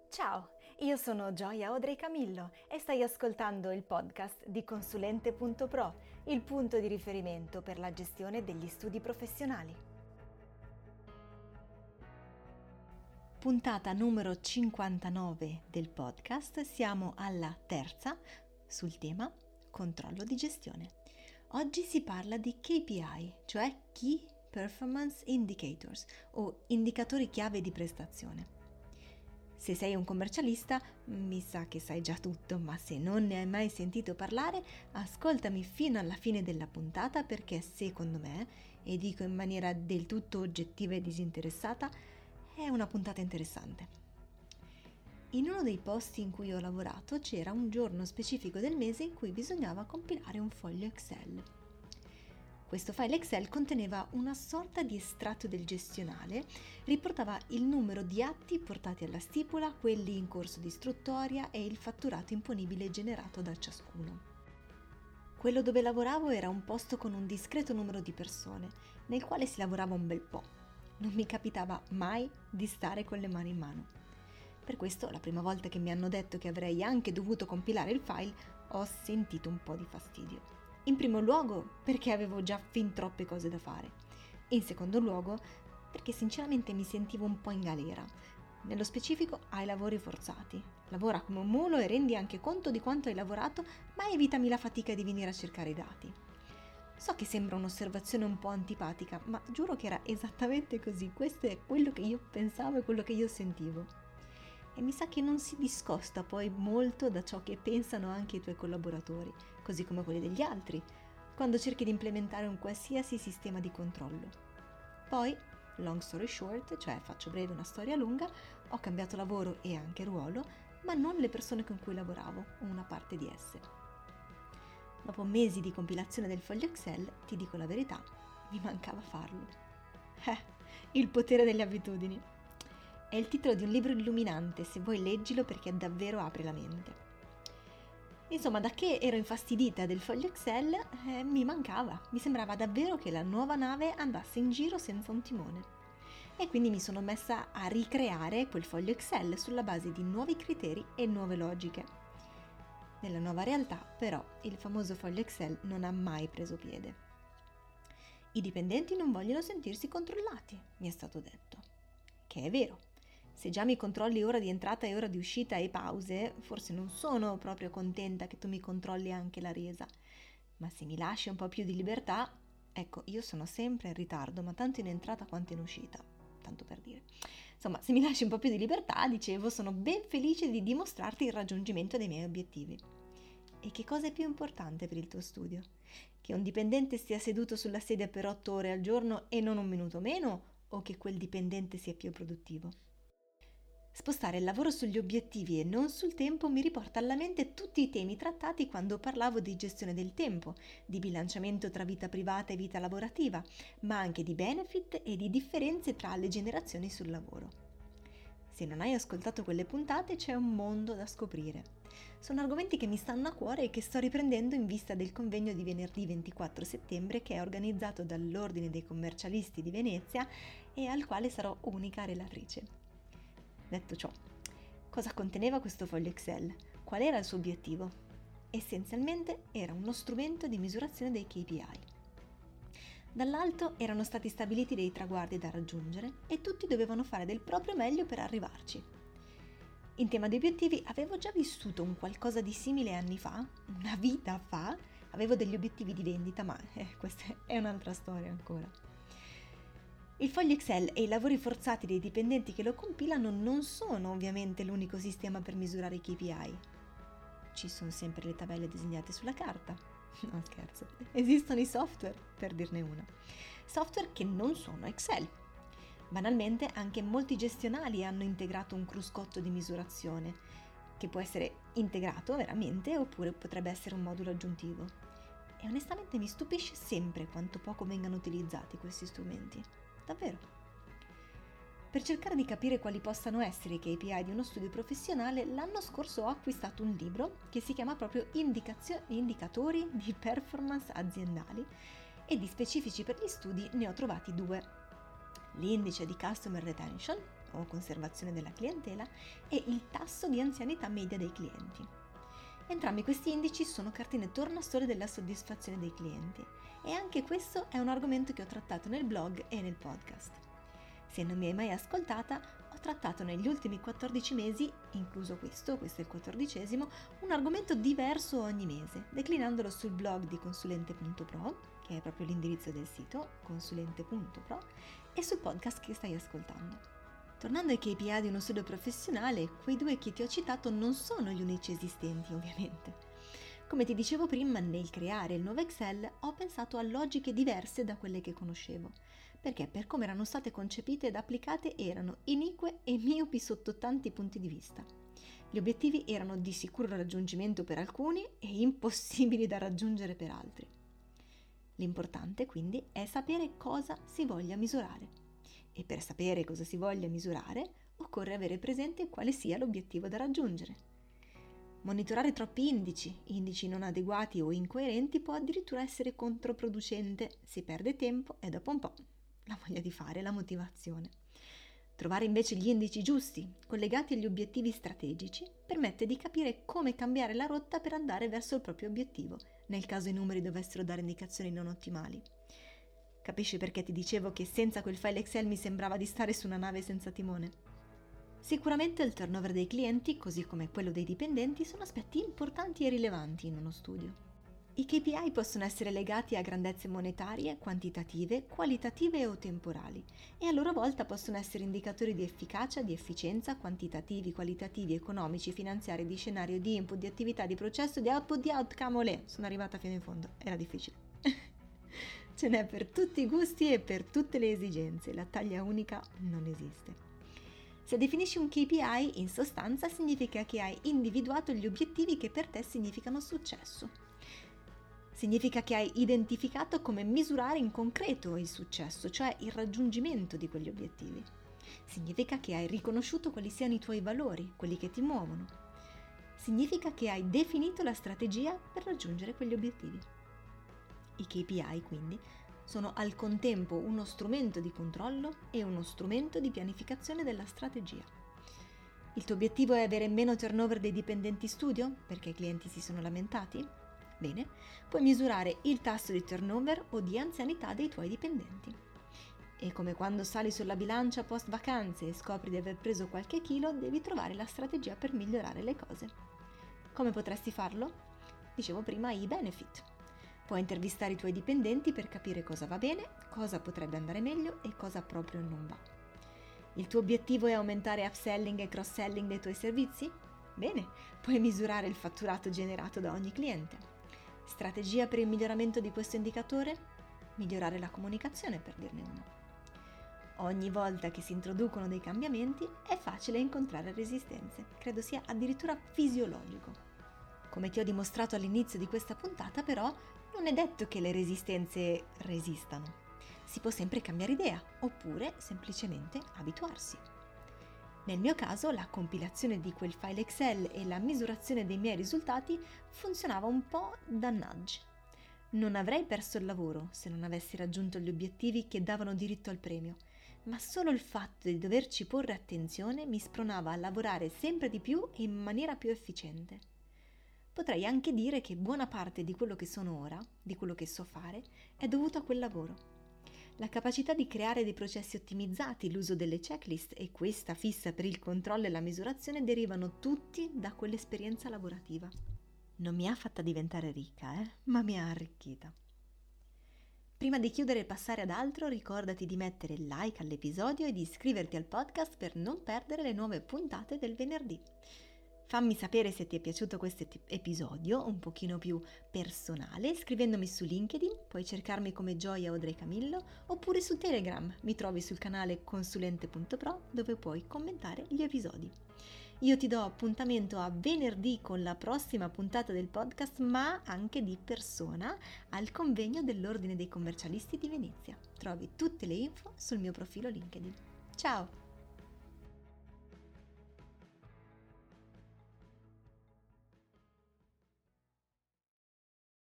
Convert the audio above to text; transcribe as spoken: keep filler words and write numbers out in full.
Ciao, io sono Gioia Audrey Camillo e stai ascoltando il podcast di Consulente punto pro, il punto di riferimento per la gestione degli studi professionali. Puntata numero cinquantanove del podcast, siamo alla terza sul tema controllo di gestione. Oggi si parla di K P I, cioè Key Performance Indicators o indicatori chiave di prestazione. Se sei un commercialista, mi sa che sai già tutto, ma se non ne hai mai sentito parlare, ascoltami fino alla fine della puntata perché secondo me, e dico in maniera del tutto oggettiva e disinteressata, è una puntata interessante. In uno dei posti in cui ho lavorato c'era un giorno specifico del mese in cui bisognava compilare un foglio Excel. Questo file Excel conteneva una sorta di estratto del gestionale, riportava il numero di atti portati alla stipula, quelli in corso di istruttoria e il fatturato imponibile generato da ciascuno. Quello dove lavoravo era un posto con un discreto numero di persone, nel quale si lavorava un bel po'. Non mi capitava mai di stare con le mani in mano. Per questo, la prima volta che mi hanno detto che avrei anche dovuto compilare il file, ho sentito un po' di fastidio. In primo luogo perché avevo già fin troppe cose da fare. In secondo luogo perché sinceramente mi sentivo un po' in galera. Nello specifico ai lavori forzati. Lavora come un mulo e rendi anche conto di quanto hai lavorato, ma evitami la fatica di venire a cercare i dati. So che sembra un'osservazione un po' antipatica, ma giuro che era esattamente così. Questo è quello che io pensavo e quello che io sentivo. E mi sa che non si discosta poi molto da ciò che pensano anche i tuoi collaboratori, così come quelli degli altri, quando cerchi di implementare un qualsiasi sistema di controllo. Poi, long story short, cioè faccio breve una storia lunga, ho cambiato lavoro e anche ruolo, ma non le persone con cui lavoravo, o una parte di esse. Dopo mesi di compilazione del foglio Excel, ti dico la verità, mi mancava farlo. Eh, il potere delle abitudini. È il titolo di un libro illuminante, se vuoi leggilo perché davvero apre la mente. Insomma, da che ero infastidita del foglio Excel, eh, mi mancava. Mi sembrava davvero che la nuova nave andasse in giro senza un timone. E quindi mi sono messa a ricreare quel foglio Excel sulla base di nuovi criteri e nuove logiche. Nella nuova realtà, però, il famoso foglio Excel non ha mai preso piede. I dipendenti non vogliono sentirsi controllati, mi è stato detto. Che è vero. Se già mi controlli ora di entrata e ora di uscita e pause, forse non sono proprio contenta che tu mi controlli anche la resa. Ma se mi lasci un po' più di libertà, ecco, io sono sempre in ritardo, ma tanto in entrata quanto in uscita, tanto per dire. Insomma, se mi lasci un po' più di libertà, dicevo, sono ben felice di dimostrarti il raggiungimento dei miei obiettivi. E che cosa è più importante per il tuo studio? Che un dipendente stia seduto sulla sedia per otto ore al giorno e non un minuto meno, o che quel dipendente sia più produttivo? Spostare il lavoro sugli obiettivi e non sul tempo mi riporta alla mente tutti i temi trattati quando parlavo di gestione del tempo, di bilanciamento tra vita privata e vita lavorativa, ma anche di benefit e di differenze tra le generazioni sul lavoro. Se non hai ascoltato quelle puntate c'è un mondo da scoprire. Sono argomenti che mi stanno a cuore e che sto riprendendo in vista del convegno di venerdì ventiquattro settembre che è organizzato dall'Ordine dei Commercialisti di Venezia e al quale sarò unica relatrice. Detto ciò, cosa conteneva questo foglio Excel? Qual era il suo obiettivo? Essenzialmente era uno strumento di misurazione dei K P I. Dall'alto erano stati stabiliti dei traguardi da raggiungere e tutti dovevano fare del proprio meglio per arrivarci. In tema di obiettivi avevo già vissuto un qualcosa di simile anni fa, una vita fa, avevo degli obiettivi di vendita, ma eh, questa è un'altra storia ancora. Il foglio Excel e i lavori forzati dei dipendenti che lo compilano non sono ovviamente l'unico sistema per misurare i K P I. Ci sono sempre le tabelle disegnate sulla carta. No, scherzo. Esistono i software, per dirne una. Software che non sono Excel. Banalmente, anche molti gestionali hanno integrato un cruscotto di misurazione, che può essere integrato veramente oppure potrebbe essere un modulo aggiuntivo. E onestamente mi stupisce sempre quanto poco vengano utilizzati questi strumenti. Davvero. Per cercare di capire quali possano essere i K P I di uno studio professionale, l'anno scorso ho acquistato un libro che si chiama proprio Indicazio- Indicatori di performance aziendali e di specifici per gli studi ne ho trovati due. L'indice di Customer Retention, o conservazione della clientela, e il tasso di anzianità media dei clienti. Entrambi questi indici sono cartine tornasole della soddisfazione dei clienti, e anche questo è un argomento che ho trattato nel blog e nel podcast. Se non mi hai mai ascoltata, ho trattato negli ultimi quattordici mesi, incluso questo, questo è il quattordicesimo, un argomento diverso ogni mese, declinandolo sul blog di consulente punto pro, che è proprio l'indirizzo del sito, consulente punto pro, e sul podcast che stai ascoltando. Tornando ai K P I di uno studio professionale, quei due che ti ho citato non sono gli unici esistenti, ovviamente. Come ti dicevo prima, nel creare il nuovo Excel ho pensato a logiche diverse da quelle che conoscevo, perché per come erano state concepite ed applicate erano inique e miopi sotto tanti punti di vista. Gli obiettivi erano di sicuro raggiungimento per alcuni e impossibili da raggiungere per altri. L'importante quindi è sapere cosa si voglia misurare. E per sapere cosa si voglia misurare occorre avere presente quale sia l'obiettivo da raggiungere. Monitorare troppi indici, indici non adeguati o incoerenti può addirittura essere controproducente, si perde tempo e dopo un po' la voglia di fare, la motivazione. Trovare invece gli indici giusti, collegati agli obiettivi strategici, permette di capire come cambiare la rotta per andare verso il proprio obiettivo, nel caso i numeri dovessero dare indicazioni non ottimali. Capisci perché ti dicevo che senza quel file Excel mi sembrava di stare su una nave senza timone? Sicuramente il turnover dei clienti, così come quello dei dipendenti, sono aspetti importanti e rilevanti in uno studio. I K P I possono essere legati a grandezze monetarie, quantitative, qualitative o temporali, e a loro volta possono essere indicatori di efficacia, di efficienza, quantitativi, qualitativi, economici, finanziari, di scenario, di input, di attività, di processo, di output, di outcome. Olè, sono arrivata fino in fondo, era difficile. Ce n'è per tutti i gusti e per tutte le esigenze, la taglia unica non esiste. Se definisci un K P I, in sostanza significa che hai individuato gli obiettivi che per te significano successo. Significa che hai identificato come misurare in concreto il successo, cioè il raggiungimento di quegli obiettivi. Significa che hai riconosciuto quali siano i tuoi valori, quelli che ti muovono. Significa che hai definito la strategia per raggiungere quegli obiettivi. I K P I, quindi, sono al contempo uno strumento di controllo e uno strumento di pianificazione della strategia. Il tuo obiettivo è avere meno turnover dei dipendenti studio, perché i clienti si sono lamentati? Bene, puoi misurare il tasso di turnover o di anzianità dei tuoi dipendenti. E come quando sali sulla bilancia post vacanze e scopri di aver preso qualche chilo, devi trovare la strategia per migliorare le cose. Come potresti farlo? Dicevo prima i benefit. Puoi intervistare i tuoi dipendenti per capire cosa va bene, cosa potrebbe andare meglio e cosa proprio non va. Il tuo obiettivo è aumentare upselling e cross-selling dei tuoi servizi? Bene, puoi misurare il fatturato generato da ogni cliente. Strategia per il miglioramento di questo indicatore? Migliorare la comunicazione, per dirne uno. Ogni volta che si introducono dei cambiamenti è facile incontrare resistenze, credo sia addirittura fisiologico. Come ti ho dimostrato all'inizio di questa puntata, però, non è detto che le resistenze resistano. Si può sempre cambiare idea, oppure semplicemente abituarsi. Nel mio caso, la compilazione di quel file Excel e la misurazione dei miei risultati funzionava un po' da nudge. Non avrei perso il lavoro se non avessi raggiunto gli obiettivi che davano diritto al premio, ma solo il fatto di doverci porre attenzione mi spronava a lavorare sempre di più e in maniera più efficiente. Potrei anche dire che buona parte di quello che sono ora, di quello che so fare, è dovuto a quel lavoro. La capacità di creare dei processi ottimizzati, l'uso delle checklist e questa fissa per il controllo e la misurazione derivano tutti da quell'esperienza lavorativa. Non mi ha fatta diventare ricca, eh? Ma mi ha arricchita. Prima di chiudere e passare ad altro, ricordati di mettere like all'episodio e di iscriverti al podcast per non perdere le nuove puntate del venerdì. Fammi sapere se ti è piaciuto questo episodio, un pochino più personale, scrivendomi su LinkedIn, puoi cercarmi come Gioia Audrey Camillo, oppure su Telegram, mi trovi sul canale consulente punto pro dove puoi commentare gli episodi. Io ti do appuntamento a venerdì con la prossima puntata del podcast, ma anche di persona, al convegno dell'Ordine dei Commercialisti di Venezia. Trovi tutte le info sul mio profilo LinkedIn. Ciao!